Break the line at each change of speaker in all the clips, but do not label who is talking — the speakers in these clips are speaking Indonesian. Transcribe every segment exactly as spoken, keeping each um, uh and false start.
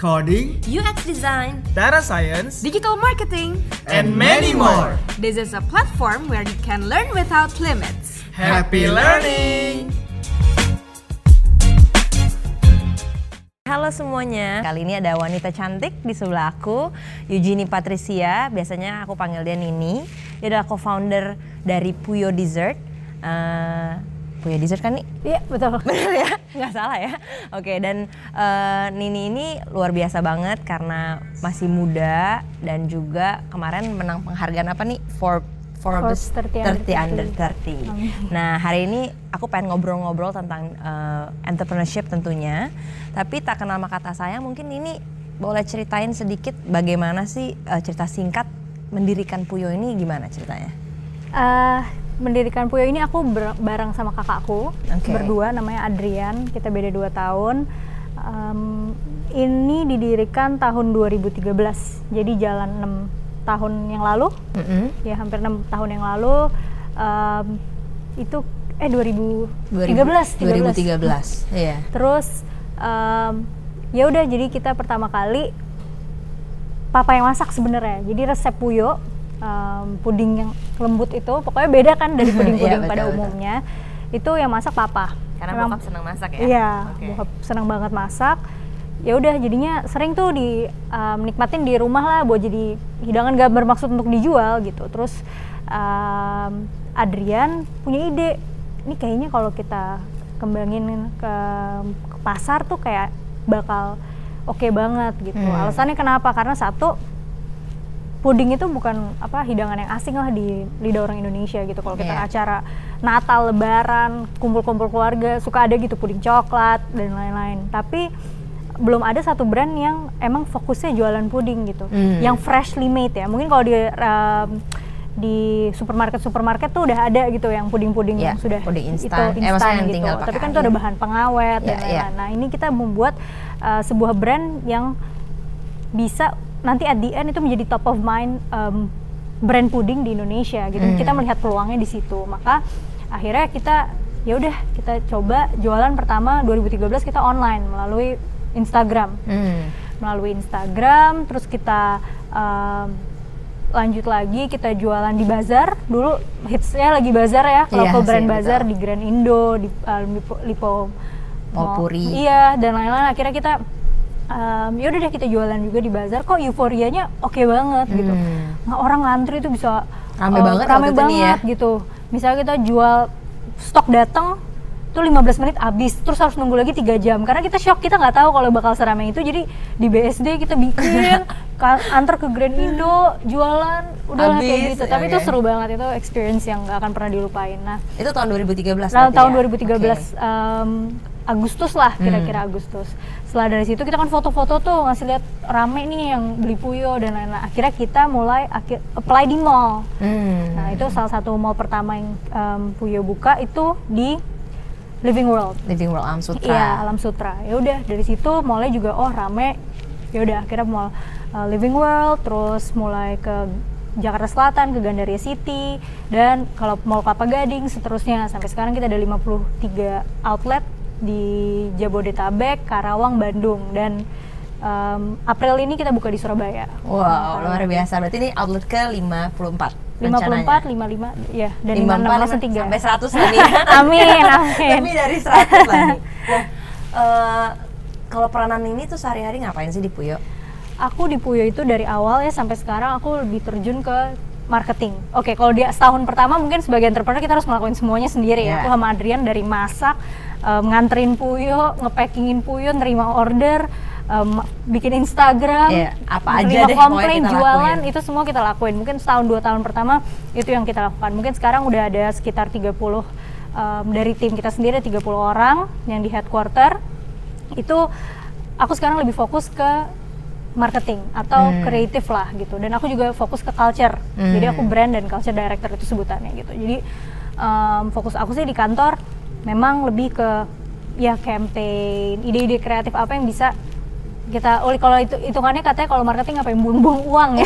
coding,
U X design,
data science,
digital marketing,
and many more.
This is a platform where you can learn without limits.
Happy learning!
Halo semuanya, kali ini ada wanita cantik di sebelah aku, Eugenie Patricia. Biasanya aku panggil dia Nini. Dia adalah co-founder dari Puyo Dessert. Uh, Puyo Dessert kan nih?
Iya betul.
Bener ya? Nggak salah ya? Oke, dan uh, Nini ini luar biasa banget karena masih muda dan juga kemarin menang penghargaan apa nih? Forbes Forbes thirty under thirty. Nah, hari ini aku pengen ngobrol-ngobrol tentang uh, entrepreneurship tentunya. Tapi tak kenal maka kata sayang, mungkin ini boleh ceritain sedikit bagaimana sih uh, cerita singkat mendirikan Puyo ini, gimana ceritanya?
Uh, mendirikan Puyo ini aku ber- bareng sama kakakku,
okay.
berdua, namanya Adrian, kita beda dua tahun. Um, ini didirikan tahun dua ribu tiga belas, jadi jalan enam tahun yang lalu, mm-hmm. ya hampir enam tahun yang lalu. Um, itu eh dua ribu tiga belas,
dua ribu tiga belas, iya.
Terus um, ya udah, jadi kita pertama kali papa yang masak sebenarnya. Jadi resep Puyo, um, puding yang lembut itu, pokoknya beda kan dari puding-puding
yeah,
pada
betul,
umumnya. Betul. Itu yang masak papa.
Karena
Memang,
bokap senang masak ya?
Iya,
okay.
bokap senang banget masak. Ya udah, jadinya sering tuh di um, nikmatin di rumah lah, buat jadi hidangan gak bermaksud untuk dijual gitu. Terus um, Adrian punya ide, ini kayaknya kalau kita kembangin ke, ke pasar tuh kayak bakal oke okay banget gitu. Hmm. Alasannya kenapa? Karena satu, puding itu bukan apa hidangan yang asing lah di lidah orang Indonesia gitu. Kalau kita yeah. acara Natal, Lebaran, kumpul-kumpul keluarga, suka ada gitu puding coklat dan lain-lain. Tapi belum ada satu brand yang emang fokusnya jualan puding gitu, hmm. yang freshly made ya. Mungkin kalau di um, di supermarket-supermarket tuh udah ada gitu yang puding-puding
yeah,
yang sudah
puding
itu
instan,
instan
eh,
gitu. Tapi kan itu ada bahan pengawet
yeah,
dan lain-lain.
Yeah.
Nah ini kita membuat uh, sebuah brand yang bisa nanti at the end itu menjadi top of mind um, brand puding di Indonesia gitu. Hmm. Kita melihat peluangnya di situ. Maka akhirnya kita ya udah kita coba jualan pertama dua ribu tiga belas kita online melalui Instagram, hmm. melalui Instagram, terus kita um, lanjut lagi kita jualan di bazar. Dulu hitsnya lagi bazar ya, local iya, brand sih, bazar betul. Di Grand Indo, di uh, Lipo, Lipo
Puri,
iya dan lain-lain. Akhirnya kita um, ya udah deh kita jualan juga di bazar. Kok euforianya oke okay banget hmm. gitu. Nah, orang ngantri itu bisa
rame uh, banget,
rame banget
ya.
gitu. Misalnya kita jual stok datang itu lima belas menit habis, terus harus nunggu lagi tiga jam karena kita shock, kita nggak tahu kalau bakal seramai itu. Jadi di B S D kita bikin antar ke Grand Indo, jualan, udah kayak gitu. Tapi okay. itu seru banget, itu experience yang nggak akan pernah dilupain. Nah
itu tahun dua ribu tiga belas
nah, tahun ya? dua ribu tiga belas okay. um, Agustus lah, kira-kira hmm. Agustus. Setelah dari situ kita kan foto-foto tuh, ngasih lihat rame nih yang beli Puyo dan lain-lain. Akhirnya kita mulai akhir, apply di mall. Hmm. Nah itu salah satu mall pertama yang um, Puyo buka itu di Living World.
Living World Alam Sutra.
Iya, Alam Sutra. Ya udah dari situ mallnya juga oh rame. Ya udah akhirnya mall uh, Living World, terus mulai ke Jakarta Selatan, ke Gandaria City, dan kalau mall Kelapa Gading seterusnya sampai sekarang kita ada lima puluh tiga outlet di Jabodetabek, Karawang, Bandung, dan um, April ini kita buka di Surabaya.
Wow, luar biasa. Berarti ini outlet ke lima puluh empat.
lima puluh empat, lima puluh lima, ya, dan lima puluh enam langsung tiga.
Sampai seratus lah nih.
Amin, amin.
Lebih dari seratus lah nih. Nah, uh, kalau peranan ini tuh sehari-hari ngapain sih di Puyo?
Aku di Puyo itu dari awal ya sampai sekarang aku lebih terjun ke marketing. Oke, kalau dia setahun pertama mungkin sebagai entrepreneur kita harus ngelakuin semuanya sendiri yeah. ya. Aku sama Adrian dari masak, um, nganterin Puyo, ngepackingin Puyo, nerima order, um, bikin Instagram,
yeah, apa aja deh,
komplain, jualan, lakuin. Itu semua kita lakuin. Mungkin setahun dua tahun pertama itu yang kita lakukan. Mungkin sekarang udah ada sekitar tiga puluh um, dari tim kita sendiri, tiga puluh orang yang di headquarter. Itu aku sekarang lebih fokus ke marketing atau hmm. kreatif lah gitu, dan aku juga fokus ke culture. Hmm. Jadi aku brand dan culture director itu sebutannya gitu. Jadi um, fokus aku sih di kantor memang lebih ke ya campaign, ide-ide kreatif apa yang bisa kita, oh kalau itu hitungannya katanya kalau marketing ngapain buang-buang uang ya.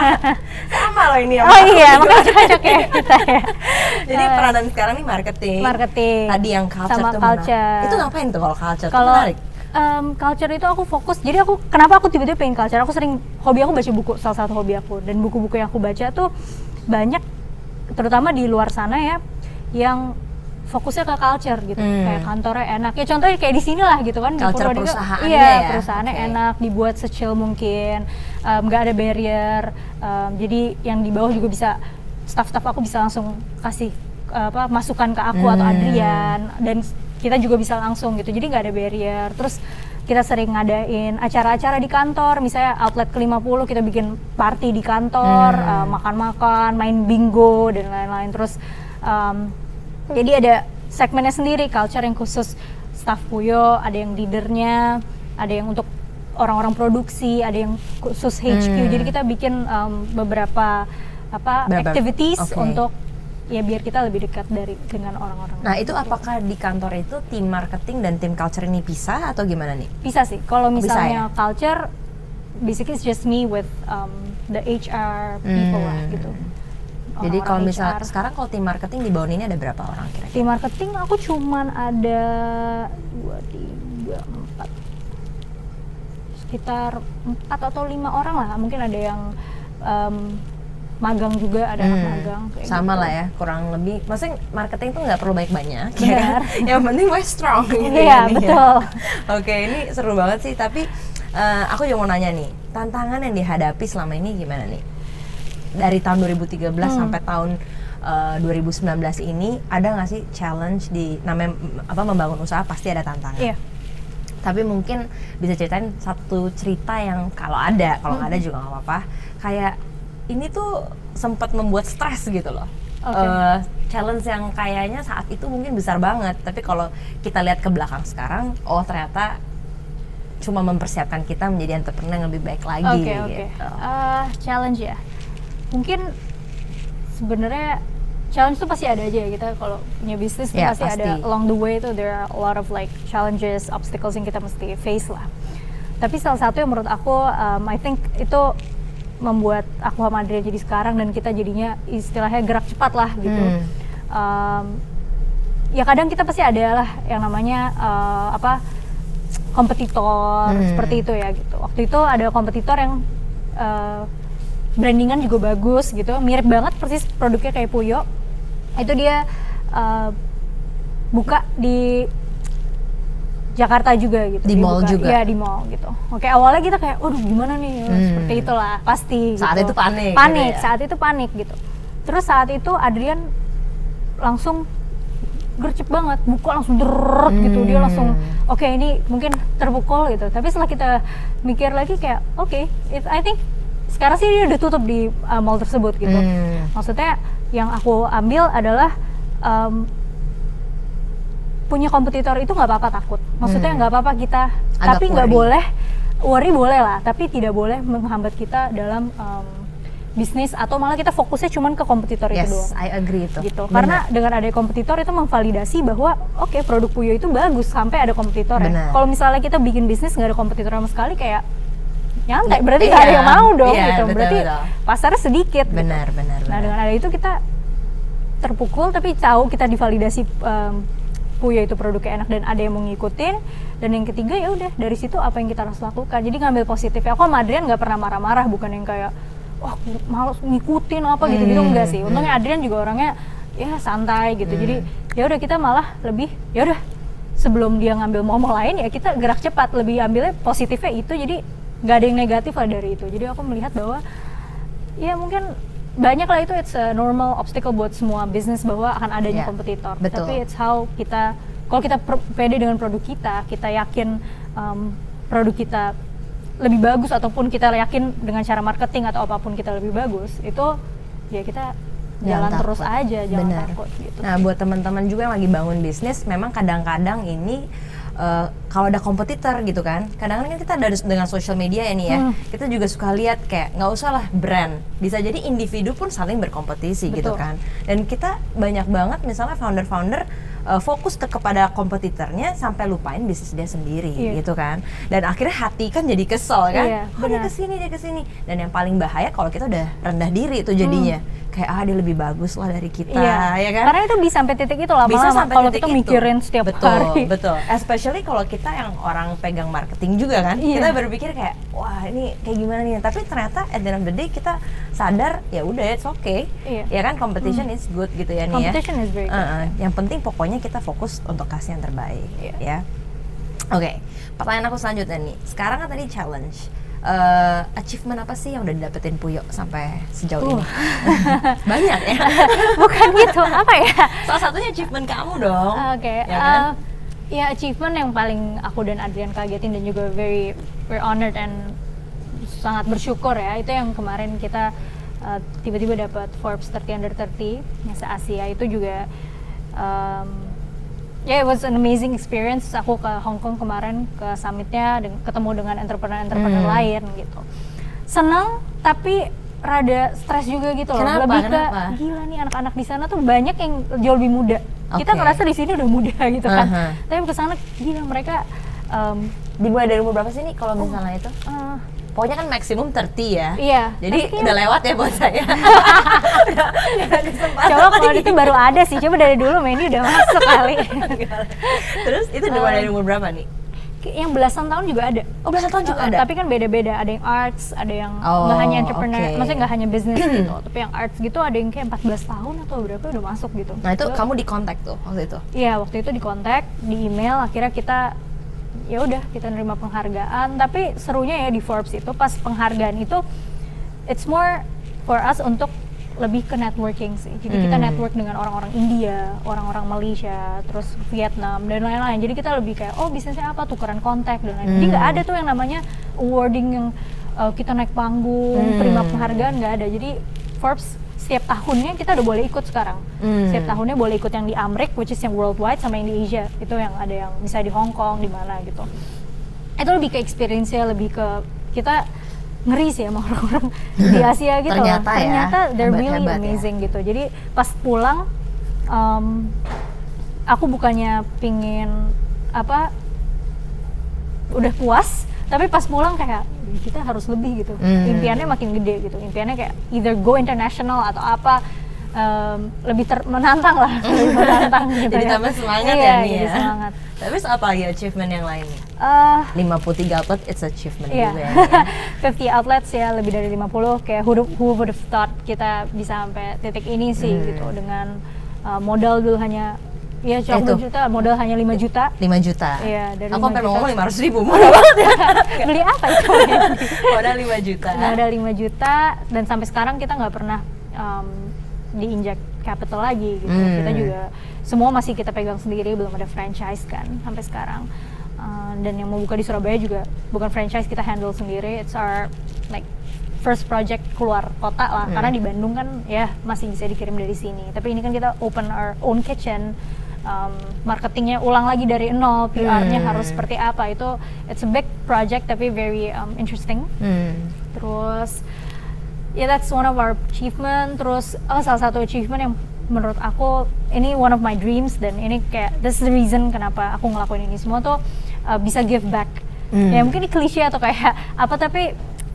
Sama loh ini ya.
Oh iya, makanya cocok ya kita ya.
Jadi uh, peranan sekarang nih marketing.
Marketing.
Tadi yang culture
sama
tuh
culture.
Mana? Itu ngapain tuh kalau culture?
Kalau
menarik.
Um, culture itu aku fokus, jadi aku kenapa aku tiba-tiba pengen culture, aku sering, hobi aku baca buku, salah satu hobi aku, dan buku-buku yang aku baca tuh banyak, terutama di luar sana ya, yang fokusnya ke culture gitu, hmm. kayak kantornya enak, ya contohnya kayak di sini lah gitu kan,
culture
di
perusahaannya
iya,
ya,
perusahaannya
okay.
enak, dibuat secil mungkin, nggak um, ada barrier, um, jadi yang di bawah juga bisa, staff-staff aku bisa langsung kasih uh, apa masukan ke aku hmm. atau Adrian, dan kita juga bisa langsung gitu, jadi nggak ada barrier. Terus kita sering ngadain acara-acara di kantor, misalnya outlet ke lima puluh kita bikin party di kantor, hmm. uh, makan-makan, main bingo dan lain-lain. Terus um, jadi ada segmennya sendiri, culture yang khusus staff Puyo, ada yang leadernya, ada yang untuk orang-orang produksi, ada yang khusus H Q. Hmm. Jadi kita bikin um, beberapa apa Berapa? activities okay. untuk ya biar kita lebih dekat dari dengan orang-orang.
Nah itu apakah di kantor itu tim marketing dan tim culture ini pisah atau gimana nih?
Bisa sih, kalau misalnya
ya?
culture, basically it's just me with um, the H R people hmm. lah gitu.
Jadi kalau misal sekarang kalau tim marketing di bawah ini ada berapa orang kira-kira?
Tim marketing aku cuman ada dua, tiga, empat, sekitar empat atau lima orang lah. Mungkin ada yang um, magang juga, ada hmm, anak magang kayak
sama gitu. Lah ya, kurang lebih maksudnya marketing tuh nggak perlu banyak-banyak ya kan? Yang penting we're strong gitu.
Iya betul.
Ya. Oke, ini seru banget sih, tapi uh, aku juga mau nanya nih, tantangan yang dihadapi selama ini gimana nih? Dari tahun dua ribu tiga belas hmm. sampai tahun uh, dua ribu sembilan belas ini ada nggak sih challenge di namanya apa membangun usaha pasti ada tantangan.
Iya.
Tapi mungkin bisa ceritain satu cerita yang kalau ada, kalau nggak hmm. ada juga nggak apa-apa. Kayak ini tuh sempat membuat stres gitu loh. Okay. Uh, challenge yang kayaknya saat itu mungkin besar banget, tapi kalau kita lihat ke belakang sekarang, oh ternyata cuma mempersiapkan kita menjadi entrepreneur yang lebih baik lagi.
Oke okay, oke. Okay.
Gitu.
Uh, challenge ya. Mungkin sebenarnya challenge itu pasti ada aja ya, kita kalau punya bisnis yeah, pasti, pasti ada along the way tuh there are a lot of like challenges, obstacles yang kita mesti face lah. Tapi salah satu yang menurut aku, um, I think itu membuat aku sama Adrian jadi sekarang dan kita jadinya istilahnya gerak cepat lah gitu. Hmm. Um, ya kadang kita pasti ada lah yang namanya uh, apa kompetitor hmm. seperti itu ya gitu. Waktu itu ada kompetitor yang uh, brandingan juga bagus gitu, mirip banget persis produknya kayak Puyo. Itu dia uh, buka di Jakarta juga gitu.
Di mall juga?
Iya di mall gitu. Oke awalnya kita kayak, waduh gimana nih, hmm. seperti itulah pasti.
Saat
gitu.
itu panik.
Panik,
gitu ya?
saat itu panik gitu. Terus saat itu Adrian langsung gercep banget, buka langsung deret hmm. gitu. Dia langsung, oke okay, ini mungkin terpukul gitu. Tapi setelah kita mikir lagi kayak, oke, okay, I think sekarang sih dia udah tutup di uh, mall tersebut gitu. Hmm. Maksudnya yang aku ambil adalah um, punya kompetitor itu nggak apa-apa takut. Maksudnya nggak hmm. apa-apa kita, agak tapi nggak boleh worry boleh lah, tapi tidak boleh menghambat kita dalam um, bisnis atau malah kita fokusnya cuma ke kompetitor
yes,
itu doang.
Yes, I agree itu.
Gitu. Karena dengan ada kompetitor itu memvalidasi bahwa oke okay, produk Puyo itu bagus sampai ada kompetitor ya. Kalau misalnya kita bikin bisnis nggak ada kompetitor sama sekali kayak nyantai, berarti nggak iya, ada yang mau dong iya, gitu. Betul, berarti betul. Pasarnya sedikit.
Benar,
gitu.
benar, benar.
Nah dengan ada itu kita terpukul tapi tahu kita divalidasi um, Puyo itu produknya enak dan ada yang mau ngikutin. Dan yang ketiga ya udah dari situ apa yang kita harus lakukan. Jadi ngambil positifnya. Aku sama Adrian nggak pernah marah-marah, bukan yang kayak wah malas ngikutin apa gitu-gitu hmm, enggak sih. Untungnya hmm. Adrian juga orangnya ya santai gitu. Hmm. Jadi ya udah kita malah lebih ya udah sebelum dia ngambil momo lain ya kita gerak cepat, lebih ambilnya positifnya itu. Jadi nggak ada yang negatif lah dari itu. Jadi aku melihat bahwa ya mungkin banyak lah itu it's a normal obstacle buat semua bisnis bahwa akan adanya yeah, kompetitor.
Betul.
Tapi it's how kita, kalau kita pede dengan produk kita, kita yakin um, produk kita lebih bagus ataupun kita yakin dengan cara marketing atau apapun kita lebih bagus, itu ya kita jalan
jangan
terus
takut.
aja, jangan
Benar.
takut gitu.
Nah buat teman-teman juga yang lagi bangun bisnis, memang kadang-kadang ini Uh, kalau ada kompetitor gitu kan, kadang-kadang kan kita ada dengan social media ya nih ya, hmm. kita juga suka lihat kayak nggak usah lah brand, bisa jadi individu pun saling berkompetisi. Betul. Gitu kan. Dan kita banyak banget misalnya founder-founder uh, fokus ke kepada kompetitornya sampai lupain bisnis dia sendiri, yeah. gitu kan. Dan akhirnya hati kan jadi kesel kan,
yeah,
oh dia kesini dia kesini. Dan yang paling bahaya kalau kita udah rendah diri itu jadinya, hmm. kayak ah dia lebih bagus lah dari kita,
Iya.
ya kan?
Karena itu bisa sampai titik itu lama-lama
Bisa sampai
kalau
titik
kita
itu.
mikirin setiap
betul,
hari.
Betul, especially kalau kita yang orang pegang marketing juga kan,
Iya.
kita berpikir kayak wah ini kayak gimana nih, tapi ternyata at the end of the day kita sadar ya udah it's okay,
Iya.
ya kan competition is good gitu ya nih ya.
Competition is very good.
Uh-uh. Yang penting pokoknya kita fokus untuk kasih yang terbaik,
Iya.
ya. Oke, pertanyaan aku selanjutnya nih, sekarang kan tadi challenge. Uh, achievement apa sih yang udah didapetin Puyo sampai sejauh
Uh.
ini? Banyak ya.
Bukan gitu, apa ya?
Salah satunya achievement kamu dong.
Oke,
ya kan?
uh, ya achievement yang paling aku dan Adrian kagetin dan juga very very honored and sangat bersyukur ya, itu yang kemarin kita uh, tiba-tiba dapat Forbes thirty under thirty yang se-Asia. Itu juga um, ya yeah, it was an amazing experience. Aku ke Hong Kong kemarin ke summitnya, deng- ketemu dengan entrepreneur-entrepreneur
Hmm.
lain gitu. Senang tapi rada stres juga gitu loh.
Kenapa?
Lebih
Kenapa?
ke gila nih anak-anak di sana tuh banyak yang jauh lebih muda. Kita
Oke.
ngerasa di sini udah muda gitu kan.
Uh-huh.
Tapi ke sana gila mereka um,
Dimulai dari umur berapa sih nih kalau misalnya itu?
uh,
Pokoknya kan maksimum thirty ya.
iya.
Jadi
tapi
udah
kayak-
lewat ya buat saya. Udah nggak ada kesempatan
Coba kalau
lagi.
itu baru ada sih. Coba dari dulu Mandy udah masuk kali.
Terus itu dimulai dari umur berapa nih?
Yang belasan tahun juga ada.
Oh belasan tahun juga
Uh,
ada?
Tapi kan beda-beda, ada yang arts, ada yang
Oh,
nggak hanya entrepreneur,
oke.
maksudnya nggak hanya bisnis gitu, tapi yang arts gitu ada yang kayak empat belas tahun atau berapa udah masuk gitu.
Nah itu
Gua-
kamu di kontak tuh waktu itu?
Iya, waktu itu di kontak, di email, akhirnya kita ya udah kita nerima penghargaan. Tapi serunya ya di Forbes itu pas penghargaan itu it's more for us untuk lebih ke networking sih. Jadi kita
Hmm.
network dengan orang-orang India, orang-orang Malaysia, terus Vietnam dan lain-lain. Jadi kita lebih kayak oh bisnisnya apa, tukeran kontak dan lain-lain. Jadi
Hmm.
nggak ada tuh yang namanya awarding yang uh, kita naik panggung,
Hmm.
terima penghargaan, nggak ada. Jadi Forbes setiap tahunnya kita udah boleh ikut sekarang.
Hmm.
Setiap tahunnya boleh ikut yang di Amrik, which is yang worldwide, sama yang di Asia. Itu yang ada yang misalnya di Hong Kong, di mana gitu. Itu lebih ke experience-nya, lebih ke kita ngeri sih sama orang-orang di Asia gitu.
Ternyata ya,
Ternyata they're really
hebat-hebat ya.
amazing gitu. Jadi pas pulang, um, aku bukannya pingin apa, udah puas, tapi pas pulang kayak kita harus lebih gitu.
Hmm.
Impiannya makin gede gitu. Impiannya kayak either go international atau apa. Um, lebih ter- menantang lah, lebih menantang gitu.
Jadi
ya.
tambah semangat
Iya,
ya nih
jadi
ya.
semangat.
Tapi apa lagi achievement yang lain nih?
Eh,
lima puluh tiga outlet it's achievement
Iya,
juga ya. nih ya.
fifty outlets ya, lebih dari lima puluh. Kayak who, who would have thought kita bisa sampai titik ini sih
Hmm.
gitu. Dengan uh, modal dulu hanya ya cuma
Itu.
dua juta, modal hanya lima juta.
lima juta.
Iya, dari
Aku
lima
sampai
juta.
mau ngomong lima ratus ribu, murah banget ya.
Beli apa itu?
Modal lima juta.
Modal lima juta dan sampai sekarang kita nggak pernah um, diinjak capital lagi gitu.
Hmm.
Kita juga semua masih kita pegang sendiri, belum ada franchise kan sampai sekarang. Uh, dan yang mau buka di Surabaya juga bukan franchise, kita handle sendiri. It's our like first project keluar kota lah,
Hmm.
karena di Bandung kan ya masih bisa dikirim dari sini. Tapi ini kan kita open our own kitchen. Um, marketingnya ulang lagi dari nol, P R-nya
Hmm.
harus seperti apa, itu it's a big project tapi very um, interesting.
Hmm.
Terus ya yeah, that's one of our achievement. Terus oh, salah satu achievement yang menurut aku ini one of my dreams, dan ini kayak this is the reason kenapa aku ngelakuin ini semua tuh uh, bisa give back.
Hmm.
Ya mungkin ini klise atau kayak apa, tapi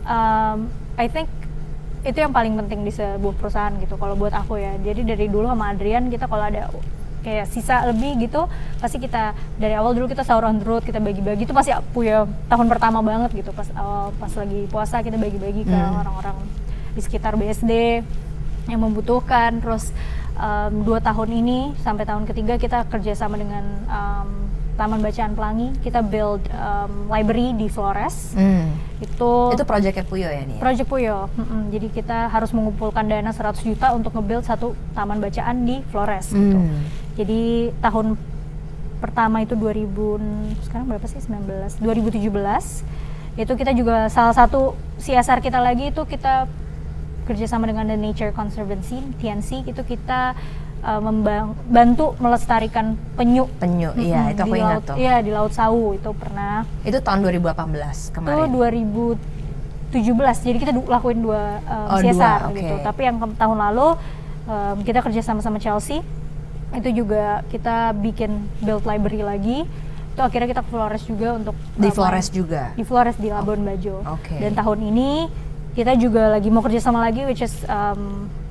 um, I think itu yang paling penting di sebuah perusahaan gitu kalau buat aku ya. Jadi dari dulu sama Adrian kita kalau ada kayak sisa lebih gitu, pasti kita dari awal dulu kita sahur on the road, kita bagi-bagi. Itu pasti punya tahun pertama banget gitu, pas awal pas lagi puasa kita bagi-bagi ke
Hmm.
orang-orang di sekitar B S D yang membutuhkan. Terus um, dua tahun ini sampai tahun ketiga kita kerjasama dengan um, Taman Bacaan Pelangi, kita build um, library di Flores.
Hmm.
Itu
Itu projectnya Puyo ya nih ya?
Project Puyo. Mm-mm. Jadi kita harus mengumpulkan dana seratus juta untuk nge-build satu taman bacaan di Flores gitu.
Hmm.
Jadi tahun pertama itu dua ribu, sekarang berapa sih? sembilan belas, dua ribu tujuh belas. Itu kita juga salah satu C S R kita lagi itu kita kerjasama dengan The Nature Conservancy, T N C, itu kita uh, membantu melestarikan penyu.
Penyu, iya
Mm-mm,
itu aku
di
ingat
laut,
tuh.
Iya, di Laut Sawu itu pernah.
Itu tahun dua ribu delapan belas
Itu
kemarin.
dua ribu tujuh belas, jadi kita du- lakuin dua um,
Oh,
C S R
dua,
gitu.
oke.
Tapi yang ke- tahun lalu um, kita kerja sama sama Chelsea, itu juga kita bikin build library lagi. Itu akhirnya kita ke Flores juga untuk
Di
um,
Flores juga?
Di Flores di Labuan Bajo.
Oke.
Dan tahun ini kita juga lagi mau kerja sama lagi, which is um,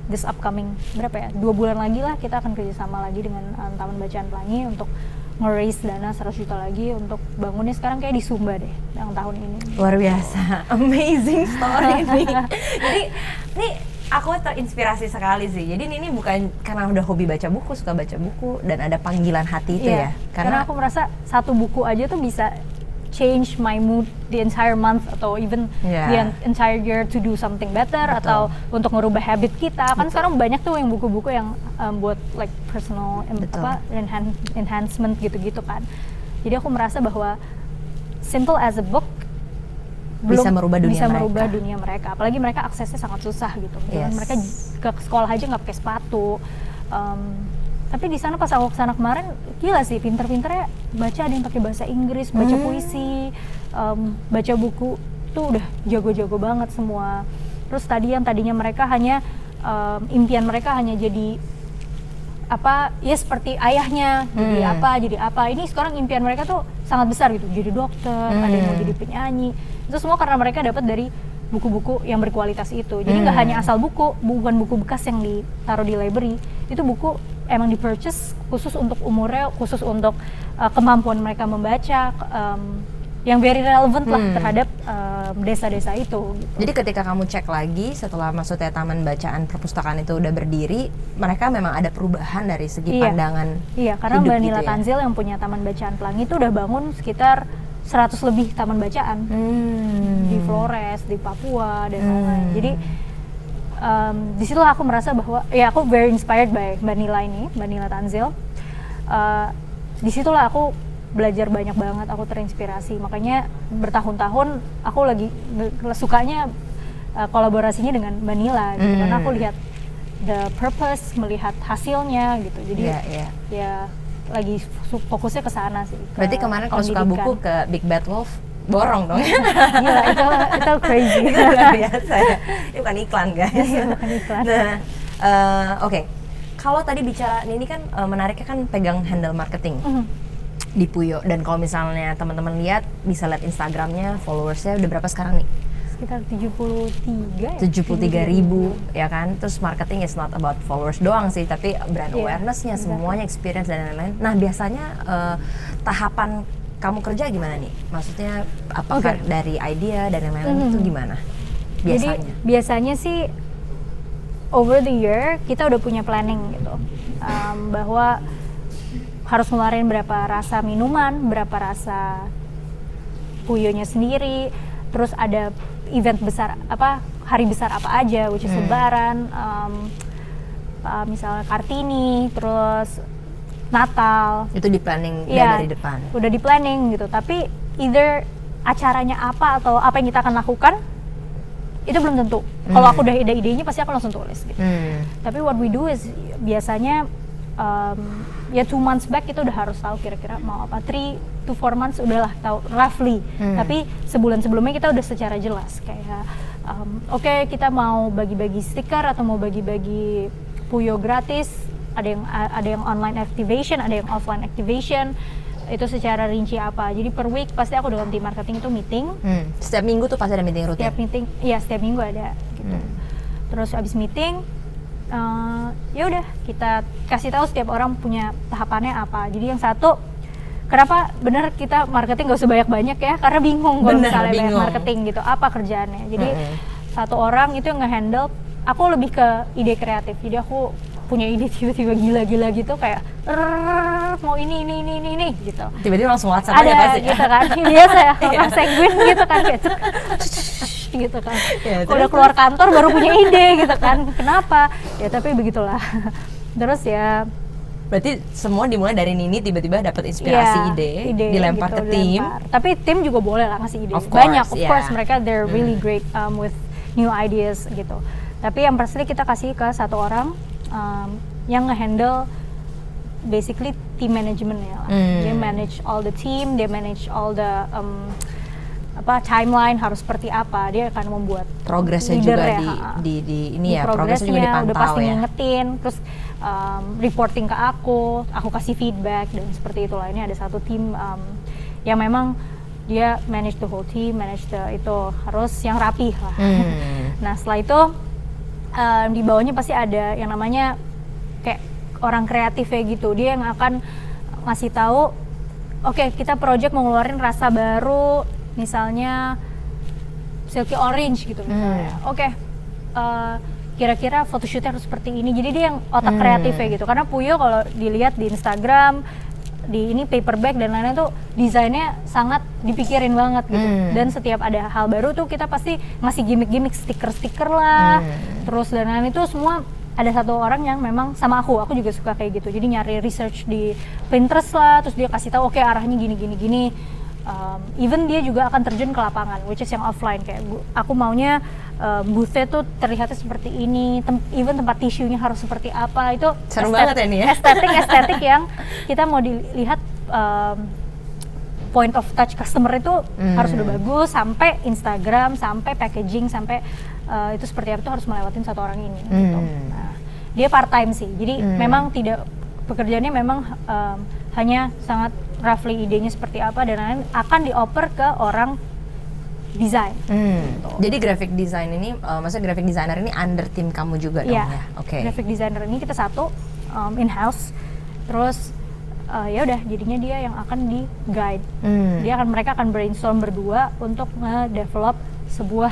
this upcoming berapa ya dua bulan lagi lah kita akan kerjasama lagi dengan um, Taman Bacaan Pelangi untuk nge-raise dana seratus juta lagi untuk bangunnya sekarang kayak di Sumba deh yang tahun ini.
Luar biasa, amazing story nih. Jadi ini aku terinspirasi sekali sih. Jadi ini bukan karena udah hobi baca buku, suka baca buku dan ada panggilan hati itu
yeah,
ya.
Karena, karena aku merasa satu buku aja tuh bisa change my mood the entire month atau even yeah. the entire year to do something better. Betul. Atau untuk ngerubah habit kita. Kan Betul. Sekarang banyak tuh yang buku-buku yang um, buat like personal Betul. apa enhan- enhancement gitu-gitu kan. Jadi aku merasa bahwa simple as a book belum
bisa merubah dunia
bisa
mereka.
merubah dunia mereka. Apalagi mereka aksesnya sangat susah gitu. Yes. Mereka ke sekolah aja nggak pakai sepatu. Um, tapi di sana pas aku kesana kemarin gila sih pinter-pinternya baca, ada yang pakai bahasa Inggris, baca hmm. puisi, um, baca buku tuh udah jago-jago banget semua. Terus tadi yang tadinya mereka hanya um, impian mereka hanya jadi apa ya seperti ayahnya, jadi hmm. apa jadi apa, ini sekarang impian mereka tuh sangat besar gitu, jadi dokter, hmm. ada yang mau jadi penyanyi. Itu semua karena mereka dapat dari buku-buku yang berkualitas itu. Jadi nggak hmm. hanya asal buku, bukan buku bekas yang ditaruh di library, itu buku emang di-purchase khusus untuk umurnya, khusus untuk uh, kemampuan mereka membaca, um, yang very relevant lah hmm. terhadap um, desa-desa itu. Gitu.
Jadi ketika kamu cek lagi setelah maksudnya Taman Bacaan Perpustakaan itu udah berdiri, mereka memang ada perubahan dari segi
iya.
pandangan.
Iya, karena Mbak Nila
gitu ya?
Tanzil yang punya Taman Bacaan Pelangi itu udah bangun sekitar seratus lebih taman bacaan hmm. di Flores, di Papua dan lain-lain. Hmm. Jadi um, di situ aku merasa bahwa ya aku very inspired by Mbak Nila ini, Mbak Nila Tanzil. Uh, di situlah aku belajar banyak banget, aku terinspirasi. Makanya bertahun-tahun aku lagi sukanya uh, kolaborasinya dengan Mbak Nila gitu. Hmm. Karena aku lihat the purpose, melihat hasilnya gitu. Jadi yeah, yeah. ya lagi fokusnya ke sana sih. Ke
Berarti kemarin kalau suka buku ke Big Bad Wolf borong dong.
Gila, itu itu crazy.
Luar biasa ya. Ini bukan iklan guys.
Iya, bukan iklan.
Nah, uh, oke. Okay. Kalau tadi bicara ini kan uh, menariknya kan pegang handle marketing mm-hmm. di Puyo, dan kalau misalnya teman-teman lihat bisa lihat Instagramnya, followersnya udah berapa sekarang nih?
Sekitar tujuh puluh tiga ya?
tujuh puluh tiga ribu ya kan. Terus marketing is not about followers doang sih, tapi brand yeah, awareness-nya, exactly. semuanya, experience dan lain-lain. Nah biasanya uh, tahapan kamu kerja gimana nih? Maksudnya apakah okay. dari idea dan yang lain-lain mm-hmm. itu gimana biasanya?
Jadi biasanya sih over the year kita udah punya planning gitu, um, bahwa harus ngeluarin berapa rasa minuman, berapa rasa Puyonya sendiri, terus ada event besar apa, hari besar apa aja, which is hmm. Lebaran, um, uh, misalnya Kartini, terus Natal.
Itu di planning
ya,
dari depan?
Udah di planning gitu, tapi either acaranya apa atau apa yang kita akan lakukan itu belum tentu. Hmm. Kalau aku udah ada idenya pasti aku langsung tulis gitu. Hmm. Tapi what we do is biasanya um, ya two months back kita udah harus tahu kira-kira mau apa, three to four months udahlah tahu roughly. Hmm. Tapi sebulan sebelumnya kita udah secara jelas kayak um, oke okay, kita mau bagi-bagi stiker atau mau bagi-bagi Puyo gratis, ada yang ada yang online activation, ada yang offline activation, itu secara rinci apa. Jadi per week pasti aku dengan tim marketing itu meeting. Hmm.
Setiap minggu tuh pasti ada meeting rutin?
Setiap meeting, iya setiap minggu ada gitu. Hmm. Terus abis meeting uh, ya udah kita kasih tahu setiap orang punya tahapannya apa. Jadi yang satu, kenapa bener kita marketing gak usah banyak-banyak ya, karena bingung kalau misalnya bingung. banyak marketing gitu, apa kerjaannya. Jadi mm-hmm. satu orang itu yang nge-handle, aku lebih ke ide kreatif. Jadi aku punya ide tiba-tiba gila-gila gitu kayak mau ini ini ini ini, ini gitu.
Tiba-tiba langsung WhatsApp aja pasti.
Ada gitu kan, biasa ya, orang sanguin gitu kan kayak gitu kan. Ya, udah keluar kantor baru punya ide gitu kan. Kenapa? Ya tapi begitulah. Terus ya
berarti semua dimulai dari Nini tiba-tiba dapat inspirasi
ya,
ide,
ide
dilempar
gitu,
ke tim.
Dilempar. Tapi tim juga boleh lah ngasih ide.
Of course,
banyak, of
yeah.
course mereka they're really
hmm.
great um, with new ideas gitu. Tapi yang pasti kita kasih ke satu orang um, yang nge-handle basically team management ya. Hmm. Dia manage all the team, dia manage all the um, apa timeline harus seperti apa, dia akan membuat
progresnya juga di, di di ini di ya progresnya juga dipantau
udah pasti
ya.
ngingetin, terus um, reporting ke aku, aku kasih feedback dan seperti itulah. Ini ada satu tim um, yang memang dia manage the whole team, manage the itu harus yang rapi lah. Hmm. Nah setelah itu um, di bawahnya pasti ada yang namanya kayak orang kreatif kayak gitu, dia yang akan ngasih tahu, oke okay, kita project mau ngeluarin rasa baru, misalnya Silky Orange gitu misalnya, hmm. oke okay, uh, kira-kira photoshootnya harus seperti ini, jadi dia yang otak hmm. kreatifnya gitu. Karena Puyo kalau dilihat di Instagram, di ini paper bag dan lain-lain tuh desainnya sangat dipikirin banget gitu. Hmm. Dan setiap ada hal baru tuh kita pasti ngasih gimmick-gimmick, stiker-stiker lah, hmm. terus dan lain-lain itu semua ada satu orang yang memang sama aku, aku juga suka kayak gitu. Jadi nyari research di Pinterest lah, terus dia kasih tahu oke okay, arahnya gini-gini-gini. Um, even dia juga akan terjun ke lapangan, which is yang offline, kayak gua, aku maunya um, boothnya tuh terlihatnya seperti ini, tem even tempat tisunya harus seperti apa, itu
seru banget ya nih ya,
estetik estetik yang kita mau dilihat um, point of touch customer itu hmm. harus udah bagus, sampai Instagram, sampai packaging, sampai uh, itu seperti apa itu harus melewatin satu orang ini. Hmm. Gitu. Nah, dia part time sih, jadi hmm. memang tidak pekerjaannya memang um, hanya sangat roughly idenya seperti apa dan lain-lain akan dioper ke orang desain. Hmm. Gitu.
Jadi graphic design ini, uh, maksudnya graphic designer ini under tim kamu juga dong
yeah.
ya? Oke. Okay.
Graphic designer ini kita satu um, in house, terus uh, ya udah jadinya dia yang akan di guide. Hmm. Dia akan mereka akan brainstorm berdua untuk nge-develop sebuah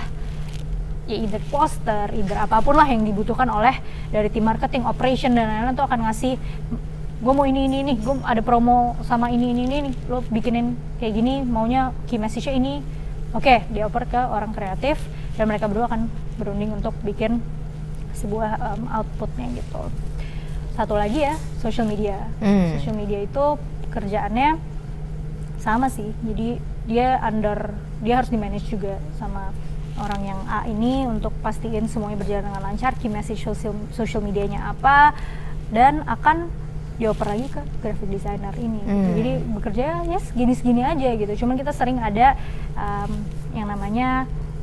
ya either poster, either apapun lah yang dibutuhkan oleh dari tim marketing, operation dan lain-lain tuh akan ngasih, gue mau ini ini nih, gue ada promo sama ini ini ini nih, lo bikinin kayak gini, maunya key message-nya ini, oke, okay, dioper ke orang kreatif dan mereka berdua akan berunding untuk bikin sebuah um, outputnya gitu. Satu lagi ya, social media. Hmm. Social media itu kerjaannya sama sih, jadi dia under, dia harus di manage juga sama orang yang A ini untuk pastiin semuanya berjalan dengan lancar, key message social, social medianya apa, dan akan dioper lagi ke graphic designer ini. Hmm. Gitu. Jadi bekerja ya segini-segini aja gitu. Cuman kita sering ada um, yang namanya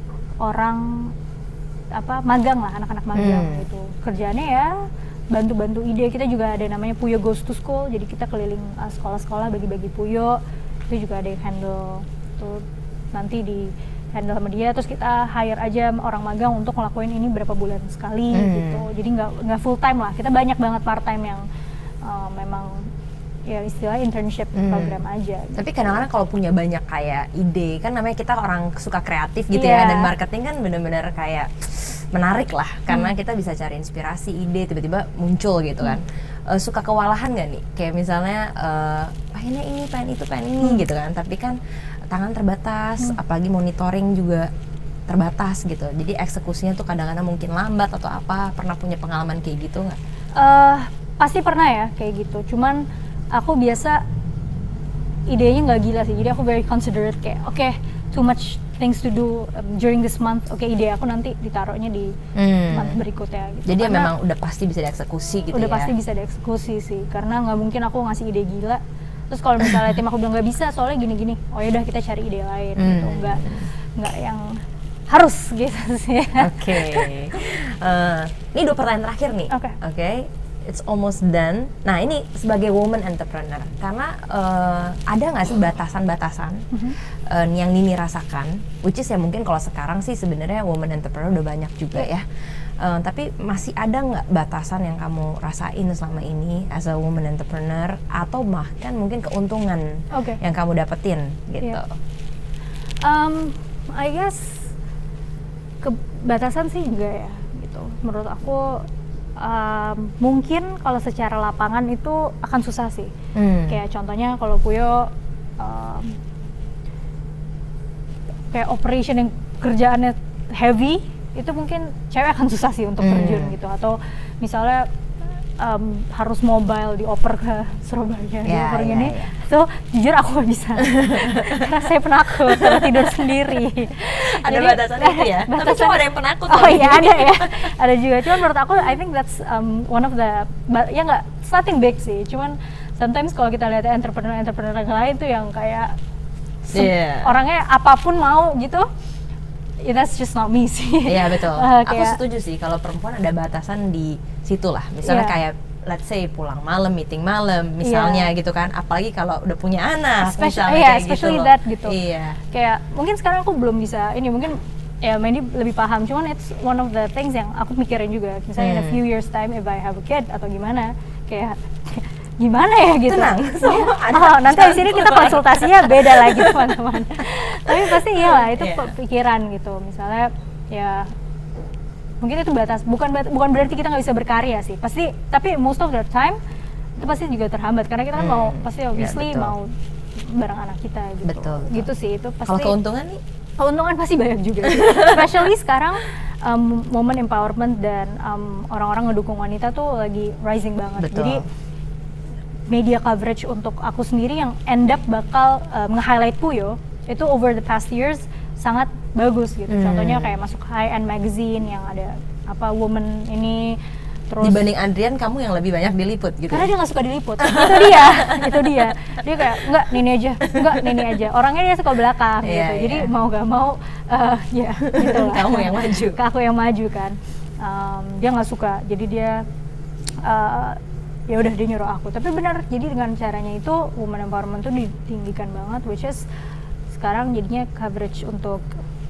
orang apa magang lah, anak-anak magang hmm. gitu. Kerjaannya ya bantu-bantu ide. Kita juga ada namanya Puyo Goes to School. Jadi kita keliling uh, sekolah-sekolah bagi-bagi Puyo. Itu juga ada yang handle tuh nanti di handle sama dia, terus kita hire aja orang magang untuk ngelakuin ini berapa bulan sekali hmm. gitu. Jadi nggak nggak full time lah. Kita banyak banget part time yang Uh, memang ya istilah internship hmm. program aja gitu.
Tapi kadang-kadang kalau punya banyak kayak ide, kan namanya kita orang suka kreatif gitu
yeah.
ya, dan marketing kan bener-bener kayak menarik lah, karena hmm. kita bisa cari inspirasi, ide tiba-tiba muncul gitu kan. hmm. uh, Suka kewalahan gak nih? Kayak misalnya uh, pengennya ini, pengen itu, pengen ini hmm. gitu kan, tapi kan tangan terbatas, hmm. apalagi monitoring juga terbatas gitu, jadi eksekusinya tuh kadang-kadang mungkin lambat atau apa. Pernah punya pengalaman kayak gitu nggak?
Uh, Pasti pernah ya kayak gitu, cuman aku biasa idenya nggak gila sih, jadi aku very considerate kayak oke okay, too much things to do um, during this month, oke okay, ide aku nanti ditaruhnya di hmm. month berikutnya gitu.
Jadi karena memang udah pasti bisa dieksekusi gitu
udah
ya? Udah
pasti bisa dieksekusi sih, karena nggak mungkin aku ngasih ide gila terus kalau misalnya tim aku bilang nggak bisa soalnya gini-gini, oh yaudah kita cari ide lain hmm. gitu, nggak nggak yang harus gitu sih.
Oke, okay. uh, ini dua pertanyaan terakhir nih.
Oke. Okay.
Oke. Okay. It's almost done. Nah ini sebagai woman entrepreneur, karena uh, ada nggak sih batasan-batasan mm-hmm. uh, yang Nini rasakan, which is ya mungkin kalau sekarang sih sebenarnya woman entrepreneur udah banyak juga yeah. ya. Uh, tapi masih ada nggak batasan yang kamu rasain selama ini as a woman entrepreneur, atau bahkan mungkin keuntungan okay. yang kamu dapetin gitu?
Yeah. Um, I guess kebatasan sih enggak ya gitu. Menurut aku. Um, mungkin kalau secara lapangan itu akan susah sih. Hmm. Kayak contohnya kalau Puyo um, kayak operation yang kerjaannya heavy, itu mungkin cewek akan susah sih untuk hmm. terjun gitu. Atau misalnya um, harus mobile dioper ke Surabaya, yeah, dioper yeah, gini, yeah. itu jujur aku gak bisa. Karena saya penakut kalau tidur sendiri.
Ada
Jadi,
batasan itu ya?
Batasan,
tapi cuma ada yang penakut.
Oh iya ada ya, ada juga. Cuman menurut aku, I think that's um, one of the, ya nggak, it's nothing big sih. Cuman sometimes kalau kita lihat entrepreneur-entrepreneur yang lain tuh yang kayak yeah. orangnya apapun mau gitu. Yeah, that's just not me sih.
Iya betul.
Uh,
Aku setuju sih kalau perempuan ada batasan di situ lah. Misalnya yeah. kayak let's say pulang malam, meeting malam misalnya yeah. gitu kan. Apalagi kalau udah punya anak
especially,
misalnya
yeah,
kayak
especially
gitu
that gitu.
Iya.
Kayak mungkin sekarang aku belum bisa ini, mungkin ya Mandy lebih paham, cuman it's one of the things yang aku mikirin juga, misalnya hmm. in a few years time if I have a kid atau gimana, kayak gimana ya gitu.
Tenang, semua ada.
Oh, nanti di sini kita konsultasinya beda lagi teman-teman. Tapi pasti iyalah itu yeah. pikiran gitu, misalnya ya mungkin itu batas, bukan bukan berarti kita nggak bisa berkarya sih, pasti, tapi most of the time itu pasti juga terhambat karena kita kan hmm. mau pasti obviously yeah, mau bareng anak kita gitu.
Betul, betul.
Gitu sih itu pasti.
Kalau keuntungan nih?
Keuntungan pasti banyak juga. Especially sekarang um, momen empowerment dan um, orang-orang ngedukung wanita tuh lagi rising banget.
Betul.
Jadi media coverage untuk aku sendiri yang end up bakal um, nge-highlight Puyo itu over the past years sangat bagus gitu. Hmm. Contohnya kayak masuk high-end magazine yang ada apa woman ini. Terus,
dibanding Adrian, kamu yang lebih banyak diliput gitu?
Karena dia nggak suka diliput, itu dia, itu dia. Dia kayak, enggak, Nini aja, enggak, Nini aja. Orangnya dia suka belakang gitu, yeah, jadi yeah. mau gak mau, uh, ya gitu lah.
Kamu yang maju?
Aku yang maju kan. Um, dia nggak suka, jadi dia, uh, ya udah dia nyuruh aku. Tapi benar, jadi dengan caranya itu, woman empowerment tuh ditinggikan banget, which is sekarang jadinya coverage untuk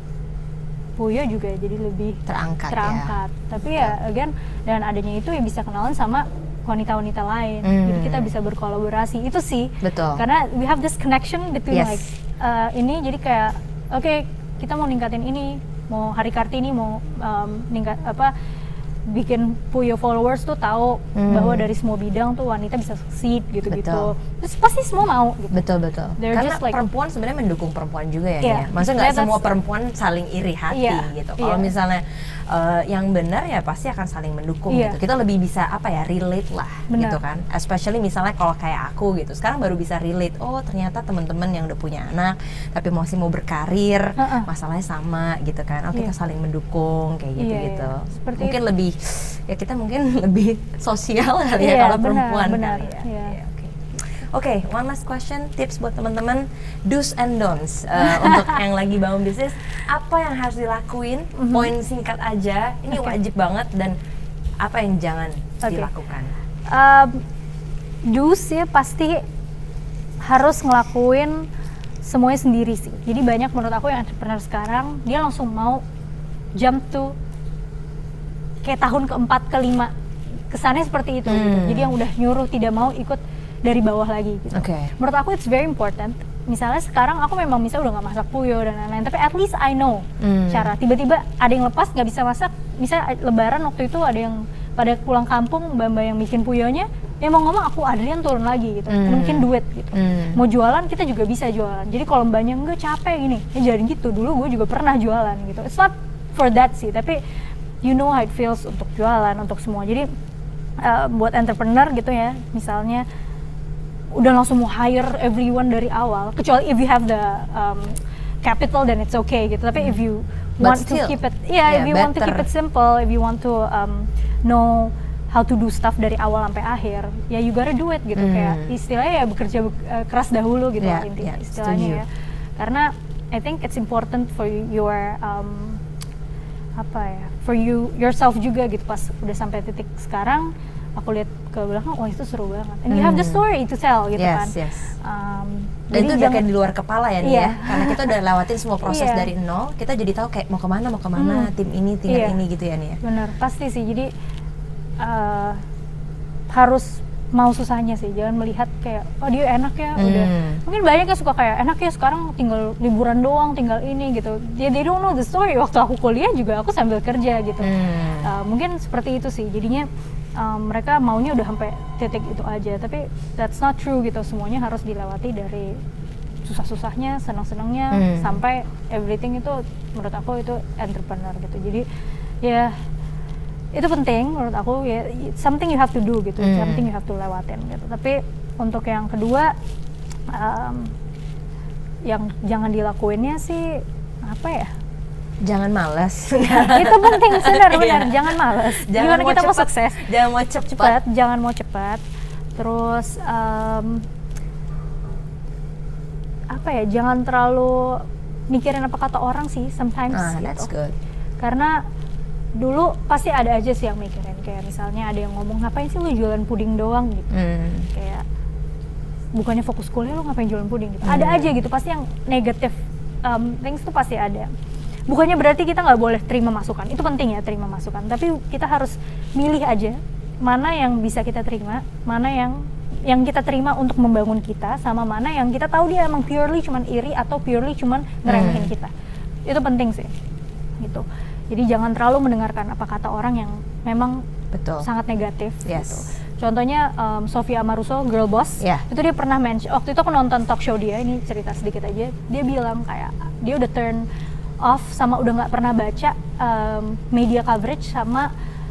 Puyo juga jadi lebih
terangkat,
terangkat.
Ya.
Tapi ya again, dan adanya itu ya bisa kenalan sama wanita-wanita lain. Hmm. Jadi kita bisa berkolaborasi. Itu sih.
Betul.
Karena we have this connection between
yes.
like uh, ini jadi kayak oke, okay, kita mau ningkatin ini, mau Hari Kartini mau um, ningkat apa bikin Puyo followers tuh tahu hmm. bahwa dari semua bidang tuh wanita bisa succeed gitu-gitu. Terus pasti semua mau gitu.
Betul betul.
They're
Karena
like,
perempuan sebenarnya mendukung perempuan juga ya.
Yeah.
Ya? Maksudnya nggak
Yeah,
semua perempuan saling iri hati
yeah.
gitu. Kalau
Yeah.
misalnya uh, yang benar ya pasti akan saling mendukung
yeah.
gitu. Kita lebih bisa apa ya relate lah
benar.
gitu kan. Especially misalnya kalau kayak aku gitu. Sekarang baru bisa relate. Oh ternyata teman-teman yang udah punya anak tapi masih mau berkarir, uh-uh. masalahnya sama gitu kan. Oh yeah. kita saling mendukung kayak gitu-gitu.
Yeah, yeah. Seperti
mungkin
itu.
lebih ya kita mungkin lebih sosial kali ya
yeah,
kalau
benar,
perempuan
benar,
kali ya.
Yeah.
Yeah, Oke, okay. okay, one last question, tips buat teman-teman, do's and don'ts uh, untuk yang lagi bangun bisnis, apa yang harus dilakuin? Mm-hmm. Poin singkat aja, ini okay. wajib banget dan apa yang jangan okay. dilakukan?
Um, do's ya pasti harus ngelakuin semuanya sendiri sih. Jadi banyak menurut aku yang entrepreneur sekarang dia langsung mau jump to kayak tahun keempat, kelima, kesannya seperti itu hmm. gitu. Jadi yang udah nyuruh tidak mau ikut dari bawah lagi gitu.
Okay.
Menurut aku it's very important. Misalnya sekarang aku memang misalnya udah gak masak Puyo dan lain-lain, tapi at least I know hmm. cara. Tiba-tiba ada yang lepas gak bisa masak, misalnya lebaran waktu itu ada yang pada pulang kampung, mbak-mbak yang bikin Puyonya, ya mau ngomong aku Adrian turun lagi gitu, hmm. mungkin duit gitu. Hmm. Mau jualan kita juga bisa jualan. Jadi kalau mbaknya enggak capek gini, ya jadi gitu. Dulu gue juga pernah jualan gitu. It's not for that sih, tapi you know how it feels untuk jualan, untuk semua. Jadi uh, buat entrepreneur gitu ya, misalnya udah langsung mau hire everyone dari awal, kecuali if you have the um, capital then it's okay gitu. Tapi if you
But
want
still,
to keep it, yeah,
yeah
if you
better.
want to keep it simple, if you want to um, know how to do stuff dari awal sampai akhir, ya you gotta do it gitu. Hmm. Kayak istilahnya ya bekerja uh, keras dahulu gitu
yeah,
intinya
yeah,
istilahnya
setuju.
ya. Karena I think it's important for your um, apa ya, for you yourself juga gitu. Pas udah sampai titik sekarang aku lihat ke belakang, oh itu seru banget and hmm. you have the story to tell gitu
yes,
kan
yes.
Um,
dan itu udah kayak di luar kepala ya nih
iya.
ya, karena kita udah lewatin semua proses
iya.
dari nol, kita jadi tahu kayak mau kemana mau kemana hmm. tim ini tim
iya.
ini gitu ya nih ya.
Bener, pasti sih. Jadi uh, harus mau susahnya sih, jangan melihat kayak oh dia enak ya hmm. udah. Mungkin banyak yang suka kayak enak ya sekarang tinggal liburan doang, tinggal ini gitu. Dia they don't know the story. Waktu aku kuliah juga aku sambil kerja gitu. Hmm. Uh, mungkin seperti itu sih. Jadinya um, mereka maunya udah sampai titik itu aja. Tapi that's not true gitu. Semuanya harus dilewati dari susah-susahnya, senang-senangnya hmm. sampai everything itu menurut aku itu entrepreneur gitu. Jadi ya itu penting menurut aku ya, something you have to do gitu, hmm. something you have to lewatin gitu. Tapi untuk yang kedua um, yang jangan dilakuinnya sih apa ya?
Jangan malas.
Itu penting, benar-benar jangan malas.
Jangan
Gimana
mau
kita
cepet,
mau sukses?
Jangan mau cepat.
cepat, jangan mau cepat. Terus um, apa ya? Jangan terlalu mikirin apa kata orang sih sometimes.
Ah,
gitu.
that's good.
Karena dulu pasti ada aja sih yang mikirin, kayak misalnya ada yang ngomong ngapain sih lu jualan puding doang gitu, hmm. kayak bukannya fokus kuliah lu ngapain jualan puding gitu, hmm. ada aja gitu pasti yang negatif um, things tuh pasti ada. bukannya berarti kita nggak boleh terima masukan, itu penting ya terima masukan, tapi kita harus milih aja mana yang bisa kita terima, mana yang yang kita terima untuk membangun kita, sama mana yang kita tahu dia emang purely cuman iri atau purely cuman ngeremehin hmm. kita. Itu penting sih gitu. Jadi jangan terlalu mendengarkan apa kata orang yang memang Betul. sangat negatif
yes.
gitu. Contohnya um, Sophia Amoruso, Girl Boss,
yeah.
itu dia pernah mention, waktu itu aku nonton talk show dia, ini cerita sedikit aja, dia bilang kayak dia udah turn off sama udah nggak pernah baca um, media coverage sama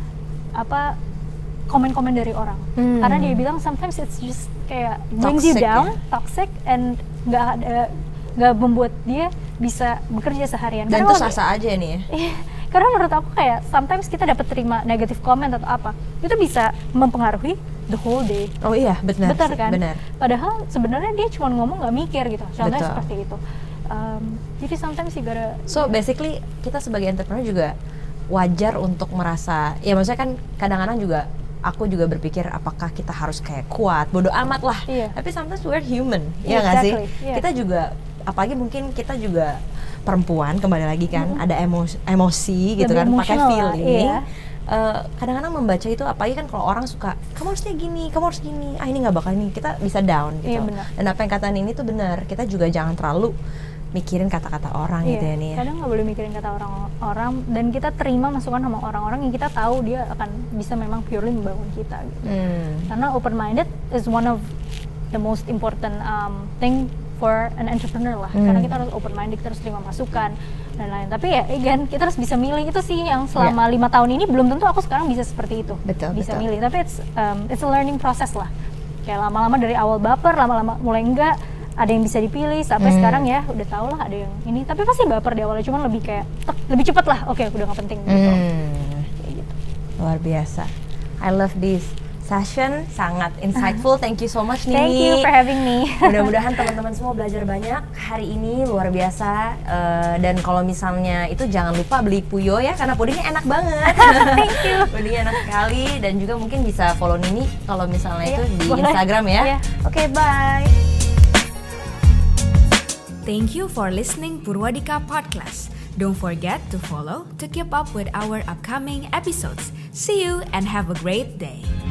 apa komen-komen dari orang, hmm. karena dia bilang sometimes it's just kayak brings you down, ya? toxic, and nggak ada nggak membuat dia bisa bekerja seharian.
Dan itu sasa aja nih ya.
Karena menurut aku kayak sometimes kita dapat terima negatif comment atau apa, itu bisa mempengaruhi the whole day.
Oh iya, benar.
Benar kan?
Benar.
Padahal sebenarnya dia cuma ngomong nggak mikir gitu. Contohnya
Betul.
seperti itu. Um, jadi sometimes you gotta.
So basically kita sebagai entrepreneur juga wajar untuk merasa, ya maksudnya kan kadang-kadang juga aku juga berpikir apakah kita harus kayak kuat, bodoh amat lah.
Iya.
Tapi sometimes we're human,
yeah,
ya nggak
exactly.
sih?
Yeah.
Kita juga, apalagi mungkin kita juga perempuan kembali lagi kan, mm-hmm. ada emosi, emosi gitu
Lebih
kan, pakai feeling.
Iya.
Uh, kadang-kadang membaca itu, apalagi kan kalau orang suka, kamu harusnya gini, kamu harus gini, ah ini nggak bakal ini, kita bisa down gitu.
Iya, benar.
Dan apa yang kata Nini itu benar, kita juga jangan terlalu mikirin kata-kata orang
iya,
gitu ya nih.
Kadang nggak boleh mikirin kata orang-orang, dan kita terima masukan sama orang-orang yang kita tahu dia akan bisa memang purely membangun kita gitu.
Hmm.
Karena open minded is one of the most important um, thing for an entrepreneur lah. Hmm. Karena kita harus open minded, kita harus terima masukan dan lain. Tapi ya again kita harus bisa milih, itu sih yang selama lima yeah. tahun ini belum tentu aku sekarang bisa seperti itu.
Betul,
bisa
betul.
milih. Tapi it's um, it's a learning process lah. Kayak lama-lama dari awal baper, lama-lama mulai enggak, ada yang bisa dipilih sampai hmm. sekarang ya udah tau lah ada yang ini. Tapi pasti baper di awalnya, cuman lebih kayak tek, lebih cepat lah. Oke, udah nggak penting gitu.
Hmm.
Kayak gitu.
Luar biasa. I love this session, sangat insightful. Thank you so much Nini.
Thank you for having me.
Mudah-mudahan teman-teman semua belajar banyak hari ini, luar biasa. Uh, dan kalau misalnya itu jangan lupa beli Puyo ya, karena pudingnya enak banget.
Thank you.
Pudingnya enak sekali, dan juga mungkin bisa follow Nini kalau misalnya
yeah,
itu di
boleh.
Instagram ya.
Yeah.
Oke, okay, bye.
Thank you for listening Purwadika Podcast. Don't forget to follow to keep up with our upcoming episodes. See you and have a great day.